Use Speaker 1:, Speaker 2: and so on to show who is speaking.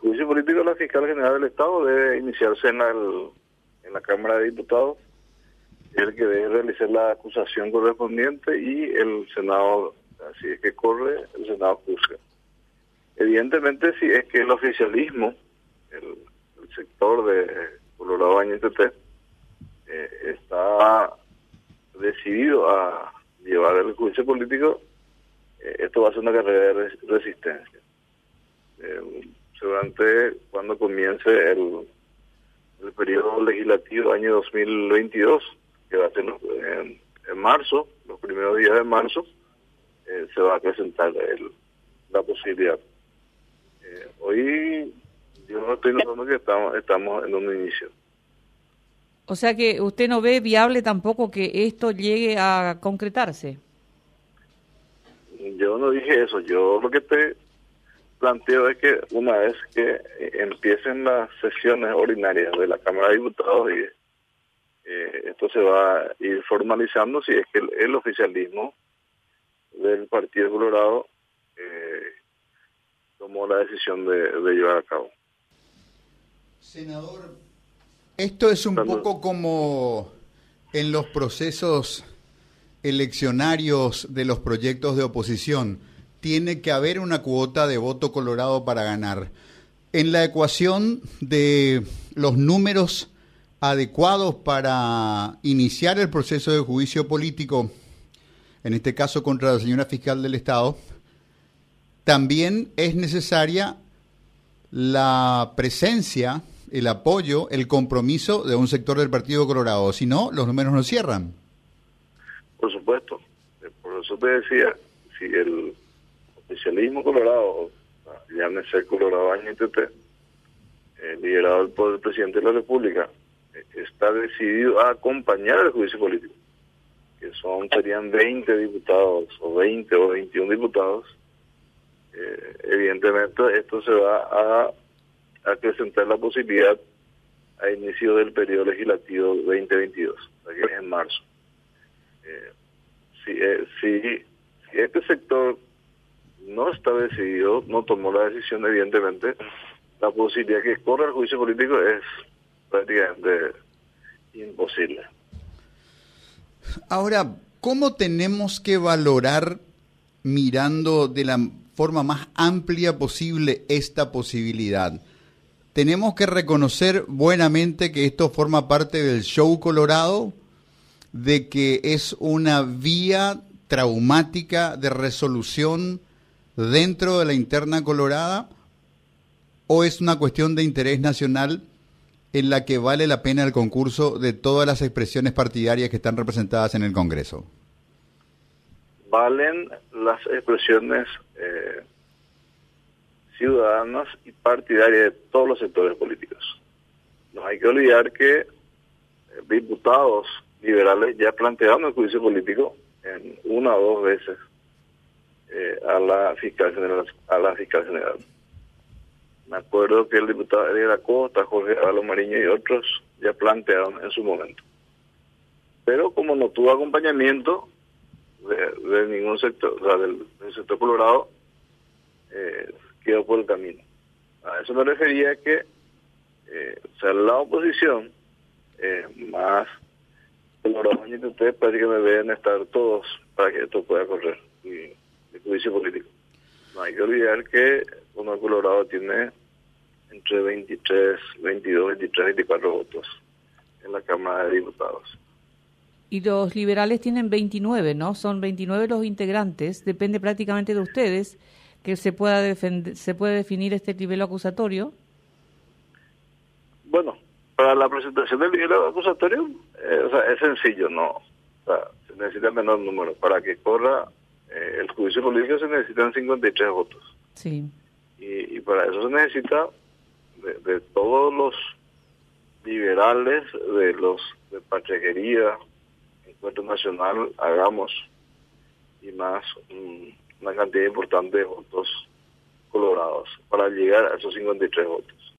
Speaker 1: juicio político de la fiscal general del Estado debe iniciarse en la Cámara de Diputados, el que debe realizar la acusación correspondiente y el Senado, así es que corre, el Senado juzga. Evidentemente, si es que el oficialismo, el sector de Colorado Baños está decidido a llevar el juicio político, esto va a ser una carrera de resistencia. Seguramente cuando comience el periodo legislativo año 2022, que va a ser en marzo, los primeros días de marzo, se va a presentar la posibilidad. Hoy yo no estoy notando que estamos en un inicio.
Speaker 2: O sea que usted no ve viable tampoco que esto llegue a concretarse.
Speaker 1: Yo no dije eso, yo lo que te planteo es que una vez que empiecen las sesiones ordinarias de la Cámara de Diputados y esto se va a ir formalizando, si es que el oficialismo del Partido Colorado tomó la decisión de llevar a cabo.
Speaker 3: Senador, esto es un poco como en los procesos eleccionarios de los proyectos de oposición. Tiene que haber una cuota de voto colorado para ganar. En la ecuación de los números adecuados para iniciar el proceso de juicio político, en este caso contra la señora fiscal del Estado, también es necesaria la presencia, el apoyo, el compromiso de un sector del Partido Colorado. Si no, los números no cierran. Por supuesto. Por eso te decía, si el oficialismo colorado, llámese Colorado Baños liderado por el presidente de la República, está decidido a acompañar el juicio político, que serían 20 diputados, o 20 o 21 diputados, evidentemente esto se va a presentar la posibilidad a inicio del periodo legislativo 2022, que es en marzo. Si este sector no está decidido, no tomó la decisión, evidentemente, la posibilidad que corra el juicio político es prácticamente imposible. Ahora, ¿cómo tenemos que valorar, mirando de la forma más amplia posible, esta posibilidad? ¿Tenemos que reconocer buenamente que esto forma parte del show colorado, de que es una vía traumática de resolución dentro de la interna colorada, o es una cuestión de interés nacional en la que vale la pena el concurso de todas las expresiones partidarias que están representadas en el Congreso? Valen las expresiones ciudadanas y partidarias de todos los sectores políticos. No hay que olvidar que diputados liberales ya plantearon el juicio político en una o dos veces a la fiscal general. Me acuerdo que el diputado de la Costa, Jorge Ávalo Mariño y otros ya plantearon en su momento. Pero como no tuvo acompañamiento de ningún sector, o sea, del sector colorado, quedó por el camino. A eso me refería que la oposición más Colorado Baños ustedes parece que me deben estar todos para que esto pueda correr el juicio político. No hay que olvidar que uno Colorado tiene entre 22, 23, 24 votos en la Cámara de Diputados.
Speaker 2: Y los liberales tienen 29, ¿no? Son 29 los integrantes. Depende prácticamente de ustedes que se puede definir este nivel acusatorio.
Speaker 1: Bueno, para la presentación del nivel acusatorio, es sencillo, ¿no? O sea, se necesita menor número. Para que corra el juicio político se necesitan 53 votos.
Speaker 2: Sí.
Speaker 1: Y para eso se necesita de todos los liberales, de Pachequería, Encuentro Nacional, Hagamos, y más una cantidad importante de votos colorados para llegar a esos 53 votos.